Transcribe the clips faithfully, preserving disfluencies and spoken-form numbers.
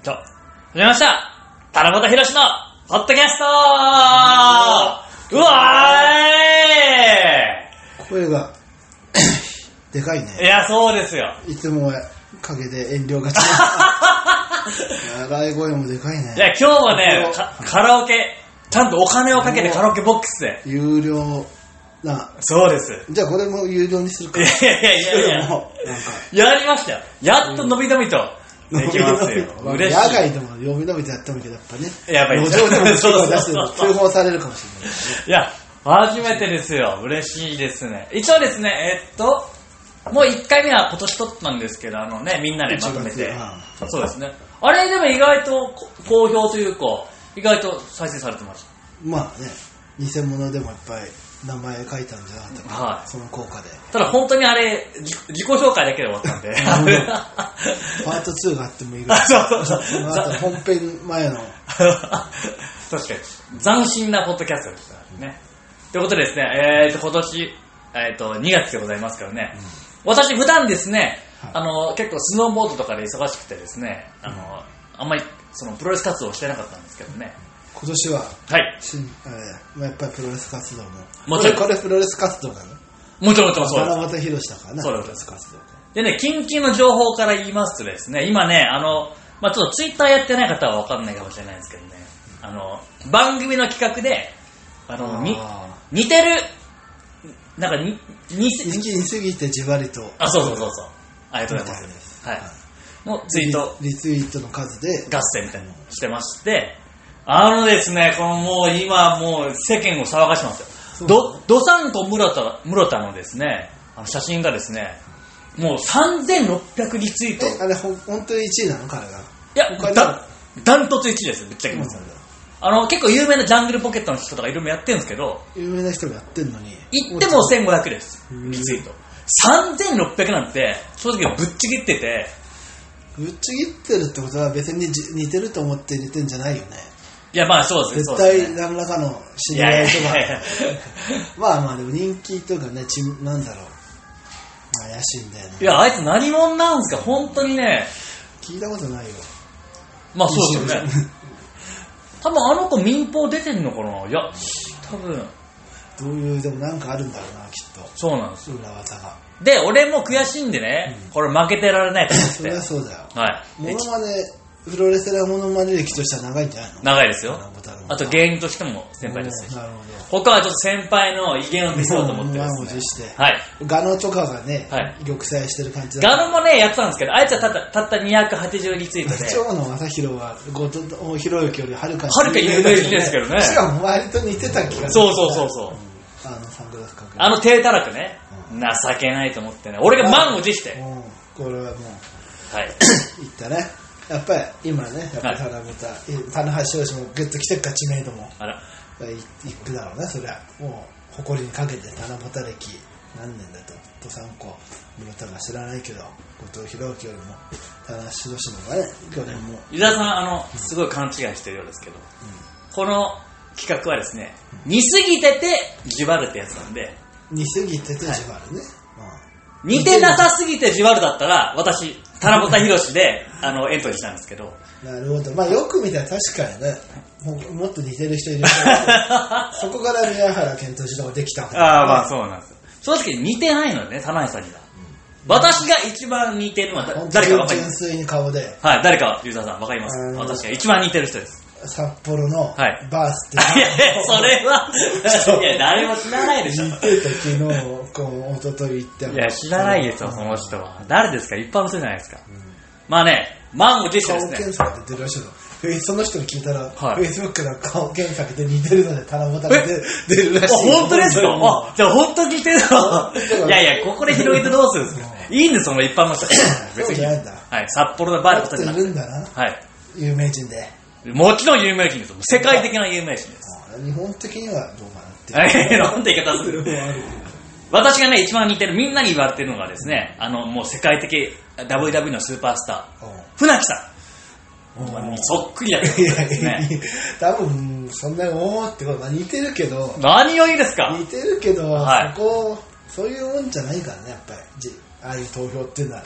と、始めました。田中宏のポッドキャストー。うわーい。声がでかいね。 いや、そうですよ。 いつも陰で遠慮がち。長い声もでかいね。 いや、今日はね、カラオケ、ちゃんとお金をかけてカラオケボックスで。 有料な。 そうです。 じゃあこれも有料にするか。 いやいやいやいや。なんかやりましたよ。やっとのびのびと。できますよ。嬉しい。 野外でも呼び伸びてやってもいいけど、やっぱね。 やっぱり。 路上でも出して通報されるかもしれない。 いや、初めてですよ。嬉しいですね。一応ですね、えっと、もういっかいめは今年撮ったんですけど、あのね、みんなでまとめて。そうですね。あれでも意外と好評というか、意外と再生されてました。 まあね、偽物でもいっぱい名前書いたんじゃなかったか、はい、その効果で。 ただ本当にあれ、自己紹介だけで終わったんで。 パートツーがあってもいいぐらい。そうそうそう。その後本編前の。 確かに。斬新なポッドキャストでしたね。ということでですね、えーと、今年、えーと、にがつでございますからね。うん、私普段ですね、はい、あの、結構スノーボードとかで忙しくてですね、あの、うん、あんまりそのプロレス活動をしてなかったんですけどね。 今年は、 はい。 しんえーまあ、やっぱりプロレス活動も。 もちろん。 これプロレス活動なの？ もちろんもちろんそうです。 七夕宏だからね。 そうです。プロレス活動。でね、近々の情報から言いますとですね、今ね、あの、まあ、ちょっとツイッターやってない方はわかんないかもしれないんですけどね、あの、番組の企画で、あの、に、似てる、なんかに、似す、 似すぎてじわりと。 あ、そうそうそうそう。ありがとうございます。はい。のツイート。 リツイートの数で。 合戦みたいなのをしてまして、あのですね、このもう今もう世間を騒がしてますよ。ど、どさんこ室田、室田のですね、あの写真がですね、もうさんぜんろっぴゃくリツイート。 え、あれほん、本当にいちいなの彼が。 いや、だ、ダントツいちいですよ、ぶっちゃけます、うん。あの、結構有名なジャングルポケットの人とかいろいろやってるんですけど、 有名な人がやってんのに。 言ってもせんごひゃくです、リツイート。さんぜんろっぴゃくなんて、正直ぶっちぎってて。 ぶっちぎってるってことは別に似てると思って似てんじゃないよね。 いや、まあそうですね。絶対何らかの知り合いとか。まあまあでも人気とかね、ちなんだろう。怪しいんだよね。 いや、あいつ何者なんすか、本当にね。 聞いたことないよ。 まあそうですよね。多分あの子民放出てんのかな。いや、多分。 どういう、でもなんかあるんだろうな、きっと。 そうなんですよ。 裏技が。 で、俺も悔しいんでね、うん、これ負けてられないと思って。 それはそうだよ。 はい。 モノマネ、プロレスラーモノマネ歴としては長いんじゃないの？ 長いですよ。あと芸人としても先輩ですし。 なるほど。 他はちょっと先輩の威厳を見せようと思ってですね。 満を持して。 はい。 ガノとかがね、 はい、 玉砕してる感じだ。 ガノもね、やってたんですけど、あいつはたった、たったにひゃくはちじゅうリツイートで。 長野正宏は、後藤弘之よりはるかに。 はるか有名人ですけどね。 しかも割と似てた気がする。 そうそうそうそう。 あのサングラスかけあの手たらくね、うん、情けないと思ってね、俺が満を持して、 うん、これはもうはい言ったね。やっぱり今ね、やっぱり棚本、棚橋宏もグッと来てるから知名度もあらいくだろうね。それはもう誇りにかけて棚本歴何年だととさんこ室田が知らないけど、後藤弘之よりも棚橋宏の方がね、去年も伊沢さん、あのすごい勘違いしてるようですけど、うん、この企画はですね、似すぎててじわるってやつなんで。 似すぎててじわるね、 はい、似てなさすぎてじわるだったら私田中宏であのエントリーしたんですけど。 なるほど。まあよく見たら確かにね、も, もっと似てる人いるからそこから宮原健人氏とかできた、ね、 ああ、まあそうなんですよ。正直似てないのね、田中さんには、うん、私が一番似てるのは誰か分かります？ 純粋に顔で、 はい、誰かユーザーさん分かります？私が一番似てる人です。 札幌のバースって、 はい、いやいや、それはいや、誰も知らないでしょ。 似てた。昨日こう一昨日行っても、 いや、知らないですよ、その人は。誰ですか？一般の人じゃないですか、うん、まあね、満を持してですね、 顔検索で出るらしいの。その人に聞いたら、はい、Facebook の顔検索で似てるので七夕が出るらしい。 本当ですか？あ、じゃあ本当に似てるの？いやいや、ここで広げてどうするんですか？いいんです、その一般の人。 別に。はい、 札幌のバーの人じゃなくて。 いるんだな。 はい。 有名人で。 もちろん有名人です。世界的な有名人です。 日本的にはどうかなって。 え、なんて言い方する。私がね、一番似てる、みんなに言われてるのがですね、あの、もう世界的 ダブリューダブリュー のスーパースター、船木さん。そっくりやったんですね。 多分、そんなにおーってことは似てるけど。 何を言いですか？ 似てるけど、 はい、 そこ、そういうもんじゃないからね、やっぱり。ああいう投票っていうのは。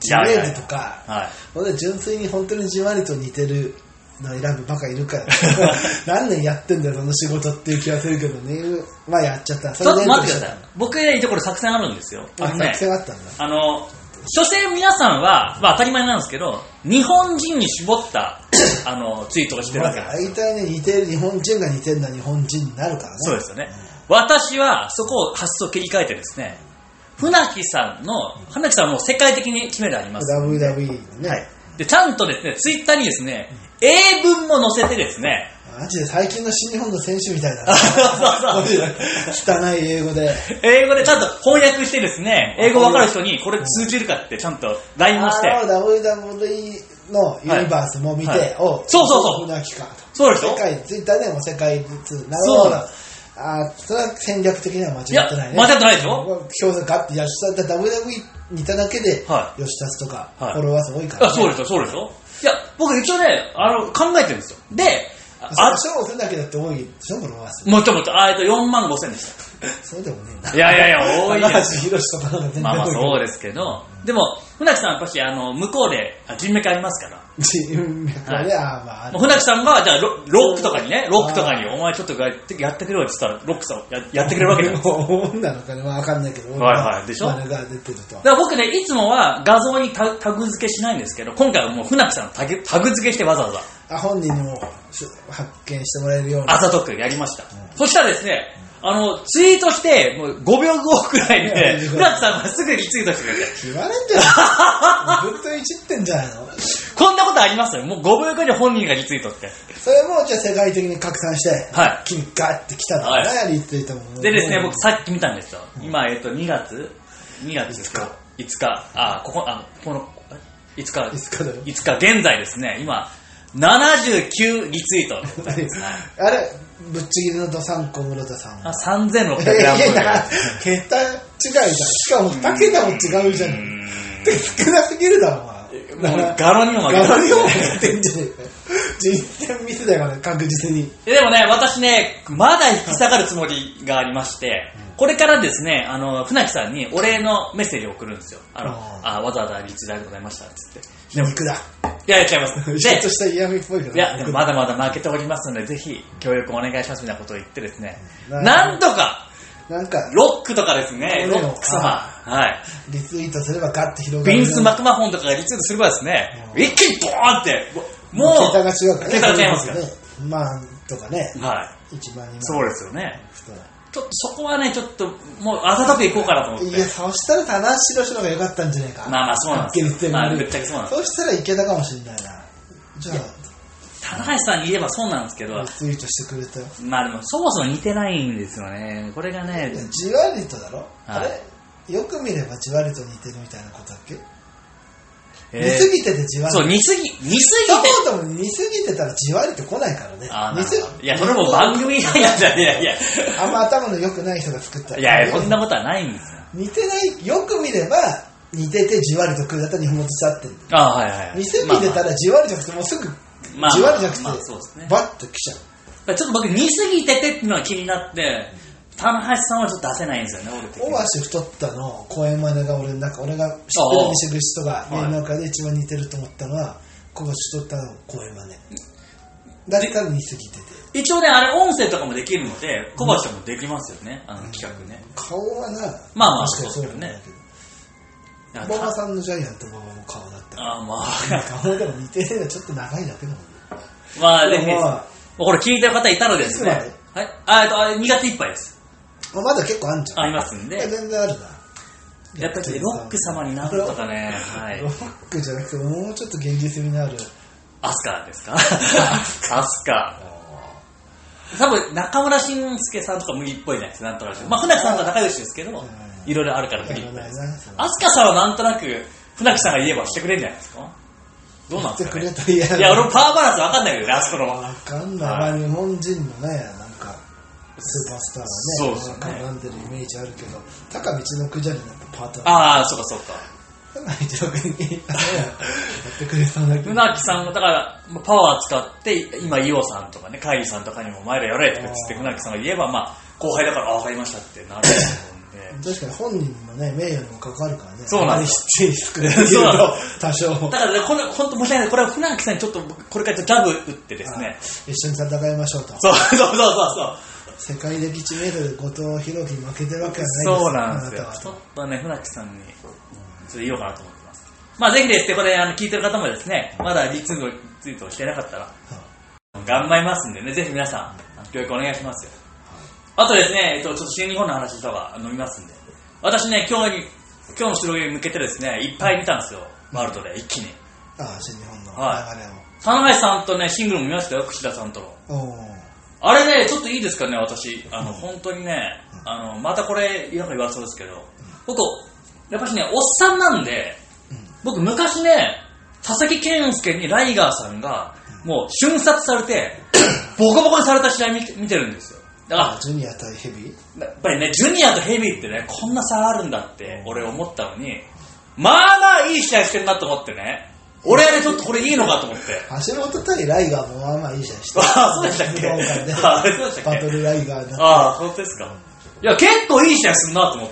知名度とか、 はい、 ほんで純粋に本当にじわりと似てるのを選ぶバカいるから何年やってんだよその仕事っていう気がするけどね。まあやっちゃった。 ちょっと待ってください。僕ね、いいところ作戦あるんですよ。 あ、 ね、 作戦あったんだ。 あの所詮皆さんは、まあ、当たり前なんですけど日本人に絞ったあのツイートをしてるわけなんですよ。 大体ね、似てる日本人が似てるのは日本人になるからね。 そうですよね、うん、私はそこを発想を切り替えてですね、船木さんの船木さんはもう世界的に決めてあります、 ダブリューダブリューイー ね、はい、 でちゃんとですねツイッターにですね英文も載せてですね、 マジで最近の新日本の選手みたいだな汚い英語で英語でちゃんと翻訳してですね、英語分かる人にこれ通じるかってちゃんと ライン をして、 あの ダブリューダブリューイー のユニバースも見て、はいはい、おそうそうそう船木かと、 そうですよ、 世界ツイッターでも世界ずつ、なるほど、あ、それは戦略的には間違ってないね。 いや間違ってないでしょ。 表現ガッてやした ダブリューダブリューイー 似ただけで、はい、吉田とか、はい、フォロワー数多いから、ね、 あ、そうですよ、そうですよ。いや、僕一応ね、あの、考えてるんですよ。で、 あ、そう、船木だって多いでしょ、フォロワー数。 もうちょっと、あ、えっと、よんまんごせんでした。 そうでもねえな。 いやいやいや、多いです。 高橋宏とかなんか全然まあまあそうですけど、でも、船木さんはやっぱり、あの、向こうで人脈ありますから。 人脈はね、あ、まあ。 船木さんが、じゃあロ、ロックとかにね、ロックとかに、お前ちょっとやってやってくれよって言ったら、ロックさんややってくれるわけじゃないですか。 女のかね、わかんないけど、 はいはい。でしょ。 が出てると。 だから僕ね、いつもは画像にタタグ付けしないんですけど、今回はもう船木さんのタグタグ付けしてわざわざ。 あ、本人にも発見してもらえるような。 朝トークやりました。うん、そしたらですね、あの、ツイートして、もうごびょうごくらいで、船木さんがすぐリツイートしてくれて。 言われんじゃないずっといじってんじゃないのこんなことありますよ。もうごびょうごで本人がリツイートって。 それもじゃあ世界的に拡散して、 はい。 一気にガーってきたんだよね、はい、リツイートも。 でですね、僕さっき見たんですよ。今、えっと、にがつ ?にがつですか。いつか。あ、ここ、あ、この、いつか。 いつかだよ。 いつか、現在ですね、今、ななじゅうきゅうリツイート。 あれぶっちぎりのドサンコ室田さんはあさんぜんろっぴゃくグラムいやいや桁違いじゃん。しかもに桁も違うじゃん。って少なすぎるだろお前。 もうガロにも負けてる。 ガロにも負けてんじゃねえかよ。実践ミスだからね、確実に。 でもね、私ね、まだ引き下がるつもりがありまして、これからですね、あの、船木さんにお礼のメッセージを送るんですよ。あの、あわざわざリツイートありがとうございましたって言って。 皮肉だ。 いやいや違います。 ちょっとした嫌味っぽいけど。 いや、でもまだまだ負けておりますので、ぜひ協力お願いしますみたいなことを言ってですね、なんとか、 なんか、 ロックとかですね、ロック様、はい。 リツイートすればガッて広がる。 ビンス・マクマホンとかがリツイートすればですね、一気にボーンって、もう、 桁が違うからね。 桁が違いますから。 まあ、とかね。 はい。 いちまんにまん。 そうですよね。ちょっとそこはね、ちょっと、もう、あざとくいこうかなと思って。 いや、そしたら、棚橋宏の方が良かったんじゃないか。 まあまあ、そうなんですよ。 はっきり言ってまあ、ぶっちゃけそうなんです。 そうしたらいけたかもしれないな。じゃあ、 棚橋さんに言えばそうなんですけど。 リツイートしてくれたよ。 まあでも、そもそも似てないんですよね。これがね。 じわりとだろ、 はい、 あれよく見ればじわりと似てるみたいなことだっけ、 えー、 似すぎててじわり。 そう、似すぎ、似すぎて。 そもそも似すぎてたらじわりと来ないからね。 あ似すいや、それも番組以外なんじゃねいやいや。 あんま頭の良くない人が作ったら。 いやいや、そんなことはないんですよ。 似てない、よく見れば、似ててじわりと来るだったら日本語として合ってる。 ああ、はいはい。 似すぎてたらじわりじゃなくて、もうすぐ、 まあ、 じわりじゃなくて、 まあそうですね、 バッと来ちゃう。ちょっと僕、似すぎててっていうのが気になって、棚橋さんはちょっと出せないんですよね、俺的に。 大橋太ったの声真似が俺、なんか俺が知ってる西口とか芸能界で一番似てると思ったのは、小橋太ったの声真似。だから似すぎてて。 一応ね、あれ音声とかもできるので、小橋さんもできますよね、あの企画ね。 顔はな、 まあまあ、 確かにそうだね。馬場さんのジャイアント馬場も顔だった。 ああ、まあ。 顔でも似てるのちょっと長いだけだもんね。 まあ、でも、これ聞いてる方いたらですね。はい。あ、えっと、にがついっぱいです。 まだ結構あるんじゃん。 ありますんで。 全然あるな。 やっぱりロック様になるとかね。はい。 ロックじゃなくて、もうちょっと現実味のある。 アスカですかアスカ。多分、中村慎介さんとか無理っぽいじゃないですか、なんとなく。まあ、船木さんと仲良しですけど、いろいろあるから無理っぽいです。アスカさんはなんとなく、船木さんが言えばしてくれるんじゃないですか。どうなんですかね。いや、俺もパワーバランス分かんないけどね、あそこの。 分かんない。まあ、日本人のね、なんか、スーパースターはね、 そうですね。 絡んでるイメージあるけど、高道のくじゃりのパートああ、そうかそうか。 高道のくじゃりやってくれそうだけど。 船木さんが、だから、パワー使って、今、イオさんとかね、カイリさんとかにも、お前らやれって言って、船木さんが言えば、まあ、後輩だから、あ、分かりましたってなると思うんんで。 確かに本人のね、名誉にも関わるからね。 そうなんです。 あまり失礼少ないと、多少。 だからね、これ、ほんと申し訳ない。これは船木さんにちょっと、これからジャブ打ってですね。 一緒に戦いましょうと。 そうそうそうそうそう。 世界的知名度で後藤弘樹に負けてるわけはないです。 そうなんですよ。ちょっとね、船木さんに、ちょっと言おうかなと思ってます。まあぜひですね、これあの聞いてる方もですね、まだリツイートをしてなかったら、頑張りますんでね、ぜひ皆さん、協力お願いしますよ。あとですね、えっと、ちょっと新日本の話とか飲みますんで。私ね、今日に、今日の出力に向けてですね、いっぱい見たんですよ。ワールドで、一気に。 ああ、新日本の流れを。 はい。田中さんとね、シングルも見ましたよ、櫛田さんとの。 おあれね、ちょっといいですかね、私。あの、本当にね、あの、またこれ、なんか言われそうですけど、僕、やっぱしね、おっさんなんで、僕昔ね、佐々木健介にライガーさんが、もう瞬殺されて、ボコボコにされた試合見て、見てるんですよ。だから、 ジュニア対ヘビー？ やっぱりね、ジュニアとヘビーってね、こんな差あるんだって俺思ったのに、まあまあいい試合してるなと思ってね、俺はね、ちょっとこれいいのかと思って。 橋本対ライガーもまあまあいい試合してる。 ああ、そうでしたっけ？あそうでしたっけ？ バトルライガーの。 ああ、本当ですか。いや、結構いい試合するなと思って、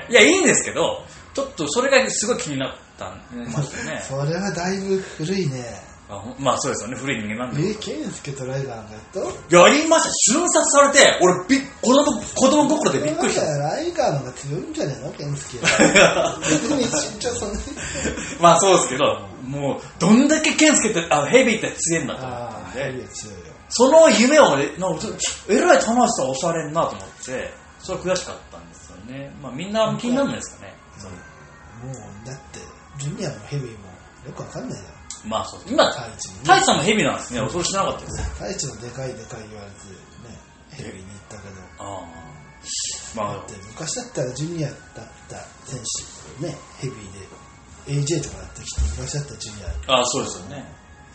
いや、いいんですけど、ちょっとそれがすごい気になったんましたね。 それはだいぶ古いね。 あまあそうですよね、古い人間なんで。 え、健介とライガーがやった？やりました。瞬殺されて、俺び子供子供心でびっくりした。 ライガーの方が強いんじゃねえの、健介は。別に身長そんなに。 まあそうですけど、もうどんだけ健介ってあヘビーって強いんだと思ったんで、 ヘビー強いよ。 その夢をね、なんかえらい田中さん押されんなと思って、それは悔しかったんですよね。まあみんな気になるんですかね。 もうだってジュニアもヘビーもよくわかんないよ。 まあそう今太一さんもヘビーなんですね。恐ろしなかったです。 太一もでかいでかい言われてねヘビーに行ったけど。ああ。まあだって昔だったらジュニアだった選手ねヘビーで エージェー とかやってきて昔だったらジュニア。 ああそうですよね。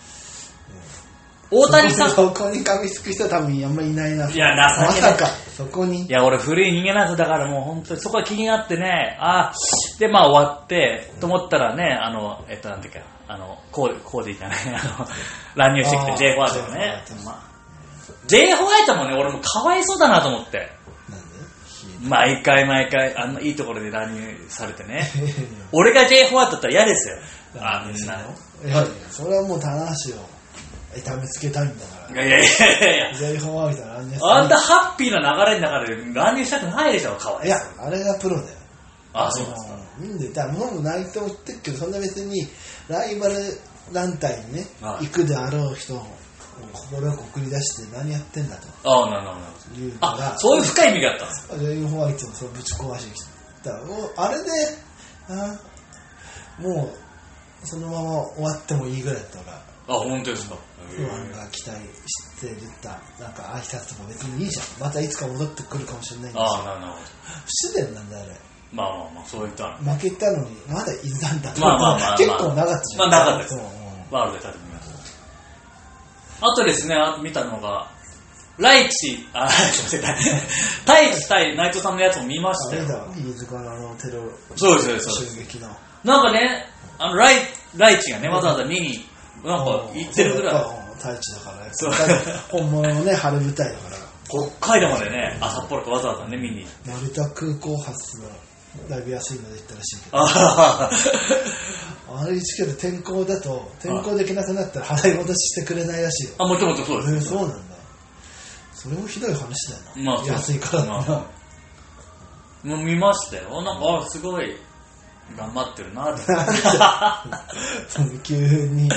大谷さんそこに噛みつく人は多分あんまりいないな。 いや情けない。 まさかそこに。 いや俺古い人間なんですだからもう本当にそこが気になってねあでまあ終わってと思ったらねあのえっとなんていうかあのコーデコーディじゃないあの乱入してきて J ホワイトがね。まあ、J ホワイトもね俺もかわいそうだなと思って。なんで？毎回毎回あんないいところで乱入されてね。俺が J ホワイトだったら嫌ですよ。あんな。いやそれはもう棚橋を。痛めつけたいんだから。 いやいやいやいや。 ジェイホワイト乱入あんたハッピーな流れの中で乱入したくないでしょ、かわいそう。 いや、あれがプロだよ。 あ、そうですか。 うんで、だもうないと思ってるけど、そんな別にライバル団体にね、行くであろう人を心を送り出して何やってんだと。 ああ、なるほど。 言うから。 あ、そういう深い意味があったんですか。 ジェイホワイトもそうぶち壊してきた。もうあれで、あもうそのまま終わってもいいぐらいだったから。 あ、本当ですか。 ファンが期待してるたなんか挨拶とか別にいいじゃん。またいつか戻ってくるかもしれないんですよ。 ああ、なるほど。 不自然なんだあれ。 まあまあまあそういった負けたのにまだいたんだと。 まあまあまあ、 結構なかったじゃん。 まあなかったです。ワールドで立ててみます。あとですね、見たのがライチ、あ、すみません。タイチ対内藤さんのやつも見ましたよ。 あれだ、飯塚のあのテロそうですそうです。 襲撃の。 なんかね、あのライライチがねわざわざ見になんか行ってるぐらい。 太一だからね。そう本物のね、晴れ舞台だから。 北海道までね、あ、札幌かわざわざね、見に。 成田空港発のだいぶ安いので行ったらしいけど。 ああれ一けど天候だと、天候できなくなったら払い戻ししてくれないらしいよ。 あ、もともとそうです。 えー、そうなんだ。それもひどい話だよな。 まあ、 安いからな。まあ、 もう見ましたよ。なんか、あ、すごい。頑張ってるなってその急に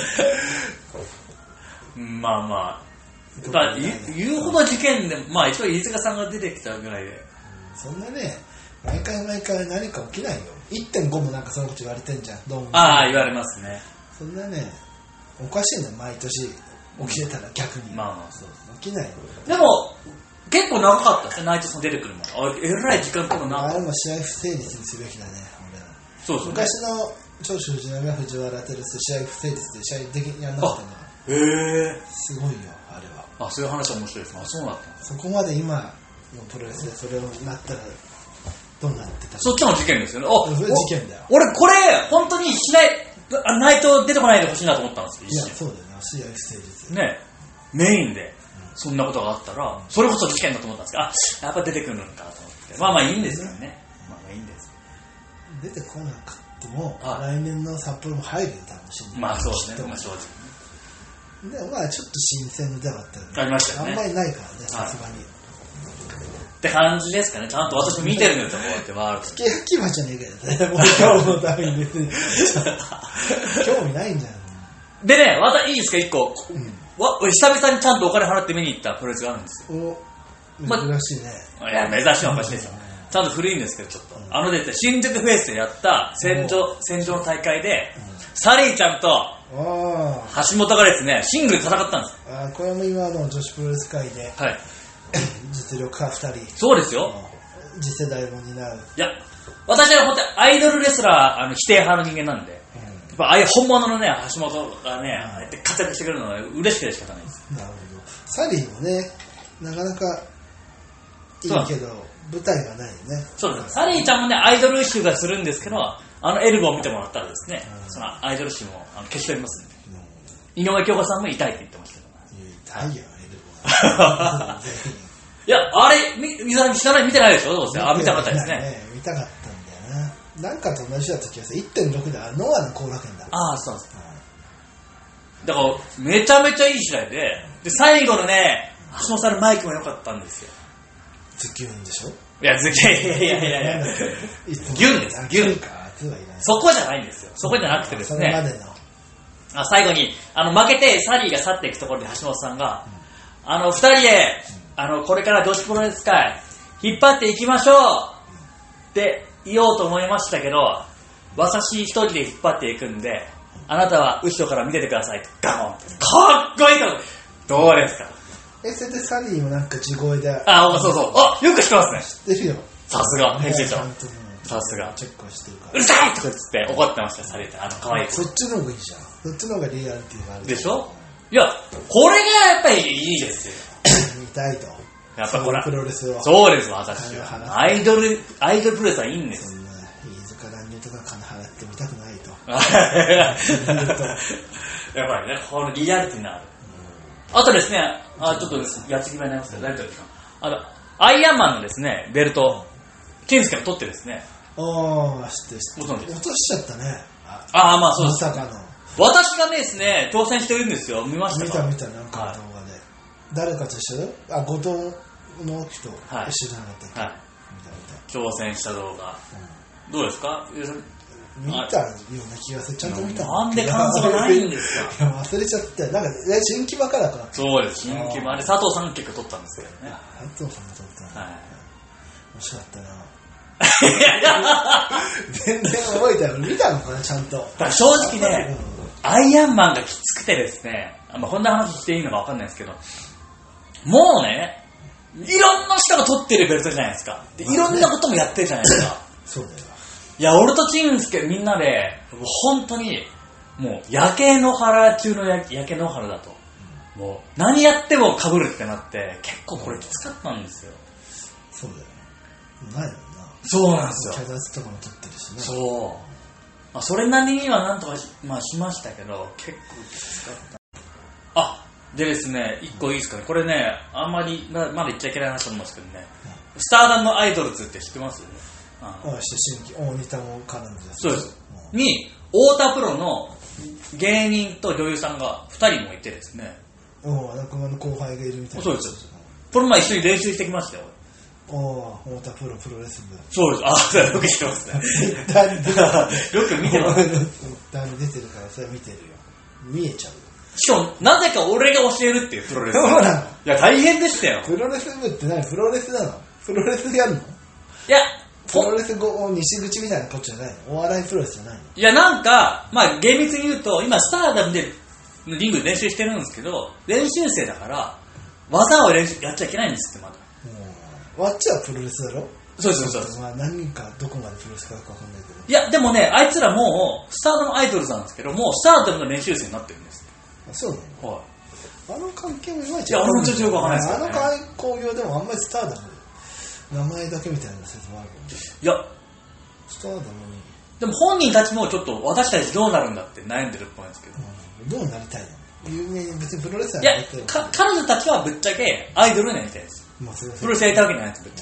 まあまあだ言うほど事件でまあ一応飯塚さんが出てきたぐらいでそんなね毎回毎回何か起きないよ。 いってんご もなんかそのこと言われてんじゃん。どうもああ言われますね。 そんなねおかしいね毎年起きてたら逆に、 まあまあそう起きないよ。 でも結構長かったですね内藤さん出てくるまで。あえらい時間とかなあれも試合不成立にすべきだね。 そうそう、ね、 昔の長州藤波は藤原テレス試合不成立で試合的にやんなかったんだから。 へえすごいよあれは。 あそういう話は面白いですね。あそうなったそこまで今のプロレスでそれをなったらどうなってた。 そっちの事件ですよね。あそれ事件だよ。 俺これ本当にしない内藤出てこないでほしいなと思ったんですよ。 いやそうだよな試合不成立ねメインでそんなことがあったらそれこそ事件だと思ったんですけどあやっぱ出てくるのかと思ってまあまあいいんですよね。まあいいんです。 出てこなくても、 はい、 来年の札幌も入るよ、多分新年。 まあそうですね、まあ正直ね。でもまあちょっと新鮮な出かったよね。 ありましたよね。 あんまりないからね、さすがに。 って感じですかね。ちゃんと私見てるんですよ、こうやって回ると。 付け焼き場じゃねえけどね。もう今日のために別に。興味ないんじゃないでね、またいいですか、一個。うん、わ久々にちゃんとお金払って見に行ったプロレスがあるんですよ。 お、珍しいね。 ま、いや、珍しいのはおかしいですよ。ちゃんと古いんですけど、ちょっと。うん、あのですね、新宿フェイスでやった戦場、戦場の大会で、うん、サリーちゃんと橋本がですね、シングルで戦ったんです。 ああ、これも今の女子プロレス界で、はい、実力派ふたり。 そうですよ。 次世代も担う。 いや、私は本当にアイドルレスラー、あの否定派の人間なんで、うん、やっぱああいう本物のね、橋本がね、ああやって活躍してくれるのは嬉しくて仕方ないです。 なるほど。サリーもね、なかなかいいけど、舞台がないよね。 そうです。サリーちゃんもね、アイドル集がするんですけど、あのエルボーを見てもらったらですね、うん、そのアイドル誌もあの消しておりますんで、うん、井上京子さんも痛いって言ってましたけど、 痛いよ、エルボー。 いや、あれ、み、みさん知らない、見てないでしょ、どうして。あ、見たかったですね。 ね、見たかったんだよな。なんかと同じだった気がする。いってんろく で、ノアの後楽園だ。 ああ、そうです。うん、だから、めちゃめちゃいい試合で、で、最後のね、橋本さんのマイクも良かったんですよ。 ズキュンでしょ。 いや、ズキュン、いやいやいやいや。ギュンです、ギュン。そこじゃないんですよ。そこじゃなくてですね。それまでの。あ、最後に、あの、負けて、サリーが去っていくところで橋本さんが、うん、あの、二人へ、あの、これから女子プロレス界、引っ張っていきましょうって言おうと思いましたけど、私一人で引っ張っていくんで、あなたは後ろから見ててくださいと。ガモンって。かっこいいと。どうですか？ え、それでサリーもなんか地声で。 あ、そうそう。あ、よく知ってますね。 知ってるよ。 さすが、編集長。さすが。 チェックしてるから。 うるさいとか言って怒ってました、サリーって。あの、可愛い。 そっちの方がいいじゃん。そっちの方がリアリティがある。 でしょ？いや、これがやっぱりいいですよ。 見たいと。 やっぱこれプロレスはそうです、私は。アイドル、アイドルプロレスはいいんです。 そんな、飯塚乱入とか金払ってみたくないと。 やっぱりね、このリアリティのある。あとですね、あ、ちょっとやっつぎまになりますけど、誰とですか？あの、アイアンマンのですね、ベルト、健介が取ってですね。 ああ、知ってる知ってる。落としちゃったね。 ああ、まあそうです。 まさかの。 私がですね、挑戦してるんですよ。見ましたか？ 見た見た、なんか動画で。誰かと一緒だよ。あ、後藤の人、 はい、 一緒じゃなかったっけ？はい。見た見た。挑戦した動画。うん、どうですか？ 見たような気がする。ちゃんと見た。 なんで感想がないんですか？ いや、忘れちゃった。なんか、新木場からか。 そうです、新木場で佐藤さん結構取ったんですけどね。 佐藤さんが取ったの。はい。面白かったな。全然覚えてない。見たのかな、ちゃんと。 正直ね、アイアンマンがきつくてですね、まあ、こんな話していいのか分かんないですけど、もうね、いろんな人が取ってるベルトじゃないですか。で、いろんなこともやってるじゃないですか。 そうだよ。 いや、俺とチンスケみんなで、もう本当に、もう、焼け野原中の焼け野原だと。うん、もう、何やっても被るってなって、結構これきつかったんですよ。 そうだよ。ないもんな。 そうなんですよ。 キャダツとかも取ってるしね。 そう。まあ、それなりにはなんとか し,、まあ、しましたけど、結構きつかった。あ、でですね、一個いいですかね。これね、あんまりまだ言っちゃいけない話と思うんですけどね。うん、スターダムのアイドルズって知ってます？ ああ、して新規、大仁田も絡んでる。 そうです。うん、に、太田プロの芸人と女優さんがふたりもいてですね。 おお、仲間の後輩がいるみたいな。 そうです。この前一緒に練習してきましたよ。 おお、太田プロプロレス部。 そうです。あ、よく知ってますね。 ツイッターに出てる。 よく見てます。 ツイッターに出てるから、それ見てるよ。見えちゃう。 しかも、なぜか俺が教えるっていうプロレス。そうなの？いや、大変でしたよ。 プロレス部って何？プロレスなの？プロレスやるの？いや、 プロレス後、西口みたいなこっちじゃないの？お笑いプロレスじゃないの？ いや、なんか、まあ、厳密に言うと、今、スターダムでリングで練習してるんですけど、練習生だから、技を練習やっちゃいけないんですって、まだ。 あっちはプロレスだろ？ そうですそうです。 まあ何人かどこまでプロレスかわかんないけど。 いやでもね、あいつらもうスターダムアイドルズなんですけど、もうスターダムの練習生になってるんです。 あ、そうなの？はい。あの関係もいまいち。 いや、俺もちょっとよくわかんないですけど、ね。 あの興行でもあんまりスターダム名前だけみたいな説もあるけど。 いや、 スターダムに。 でも本人たちもちょっと私たちどうなるんだって悩んでるっぽいんですけど。 うん、どうなりたいの？有名に別にプロレスラーやりたいの？いや、彼女たちはぶっちゃけアイドルになりたいです。まあ、それはプロレスやりたいわけじゃないです、ぶっちゃけ。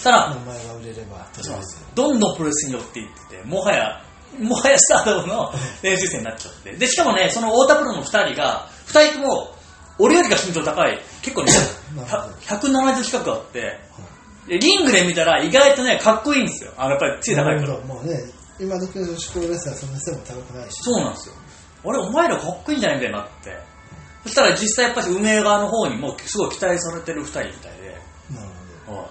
したら、 名前が売れれば、とりあえず。 どんどんプロレスに寄っていってて、もはや、もはやスターダムの練習生になっちゃって。で、しかもね、その太田プロのふたりが、ふたりとも、俺よりが身長高い、結構ね、ひゃくななじゅう近くあって、リングで見たら意外とね、かっこいいんですよ。あの、やっぱり背高いから。 もうね、今時の女子プロレスラーはそんな背も高くないし。 そうなんですよ。あれ、お前らかっこいいんじゃないみたいになって。そしたら実際やっぱり運営側の方にもすごい期待されてるふたりみたいで。 なるほど。 はい、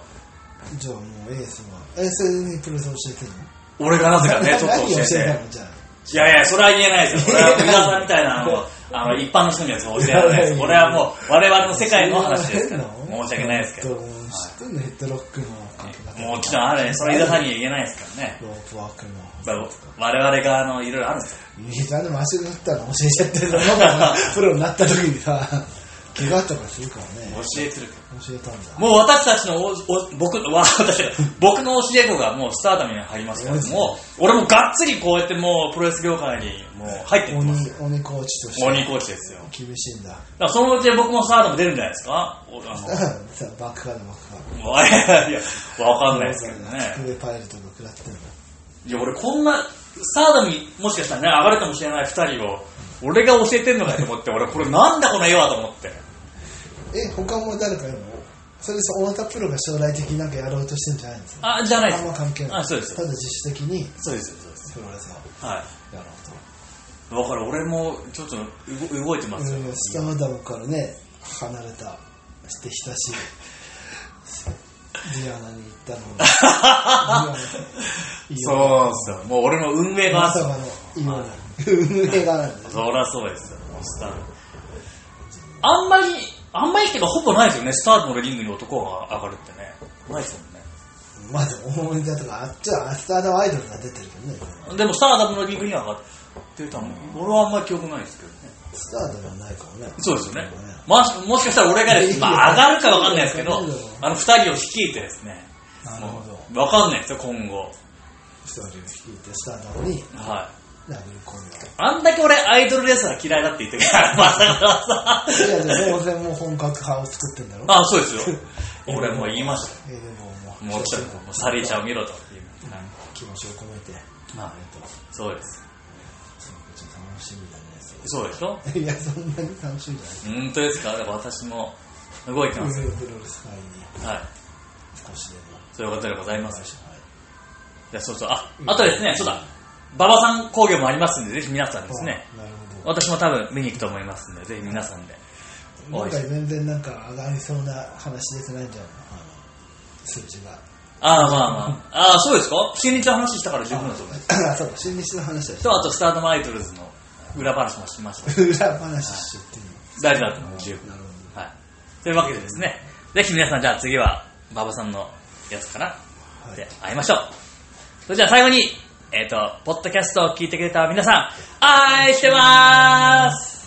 じゃあもうエースは、え、それにプロレス教えてんの？ 俺がなぜかね、ちょっと教えて。 何教えたのじゃあ。 いやいや、それは言えないですよ。俺は皆さんみたいなのを、あの、一般の人には教えられないです。これはもう、我々の世界の話ですから。申し訳ないですけど。 知ってんの、ヘッドロックの。 もちろんあるね。それ井田さんには言えないですからね。 ロープワークの。 我々側のいろいろあるんですよ。 いや、でも足が打ったの教えちゃってるのが、プロになった時にさ、怪我とかするからね。 教えてる教えたんだ。 もう私たちのおお僕わ私僕の教え子がもうスターダムに入りますから、もう俺もがっつりこうやってもうプロレス業界にもう入っていってます。 鬼コーチとして。 鬼コーチですよ。 厳しいんだ。だからそのうち僕もスターダム出るんじゃないですか。あのバックカードバックカード。 いやいやわかんないですけどね。 机パイルとか食らってんだ。 いや俺こんなスターダムにもしかしたらね上がるかもしれないふたりを俺が教えてんのかと思って俺これなんだこの絵はと思って。 え、他も誰かいるの？それで太田プロが将来的になんかやろうとしてるんじゃないんですか？ あ、じゃないです。 あんま関係ない。 あ、そうです。 ただ自主的に、 そうです、そうです。 プロレスをはい。 やろうと。だから俺もちょっと動いてますよ。 スターダムからね、離れた、して親しい。ディアナに行ったのに。 そうっすよ。もう俺の運営側まさかの運営側なんです。 そりゃそうですよ。スターダム。あんまり、あんまりっていうかほぼないですよね。スターダムのリングに男が上がるってね。ないですもんね。 まあでも、思い出とか、あっちはスターダムアイドルが出てるけどね。 でもスターダムのリングに上がってたの、俺はあんまり記憶ないですけどね。 スターダムはないかもね。 そうですよね。まあ、もしかしたら俺がですね、まあ上がるかわかんないですけど、あの二人を率いてですね。 なるほど。 わかんないですよ、今後。 二人を率いてスターダムに。 はい。 ダブルコンビ。 あんだけ俺アイドルレスラー嫌いだって言ってるから、まさかさ。いや、でも当然もう本格派を作ってんだろ。 ああ、そうですよ。俺もう言いました。 えでももう、もうちょっと、もうサリーちゃんを見ろと。 気持ちを込めて。 まあ、そうです。 楽しみだね。 そうでしょ？ いや、そんなに楽しみじゃない。 本当ですか？だから私も動いてますよ。 プロレス界に。 はい。 少しでも。 そういうことでございます。はい。じゃあ、そうそう。あ、あとですね、そうだ。馬場さん工業もありますんで、ぜひ皆さんですね。 なるほど。 私も多分見に行くと思いますんで、ぜひ皆さんで。 今回全然なんか上がりそうな話出てないんじゃないの？数字が。 ああ、まあまあ。ああ、そうですか？新日の話したから十分だと思います。 ああ、そうか、新日の話だし。 と、あと、スターダムアイドルズの裏話もしました。 裏話しちゃってるの。 大事だと思う、十分。なるほど。はい。というわけでですね、ぜひ皆さん、じゃあ次は、馬場さんのやつかな、はい、で会いましょう。それじゃあ最後に、えっと、ポッドキャストを聞いてくれた皆さん、愛してまーす。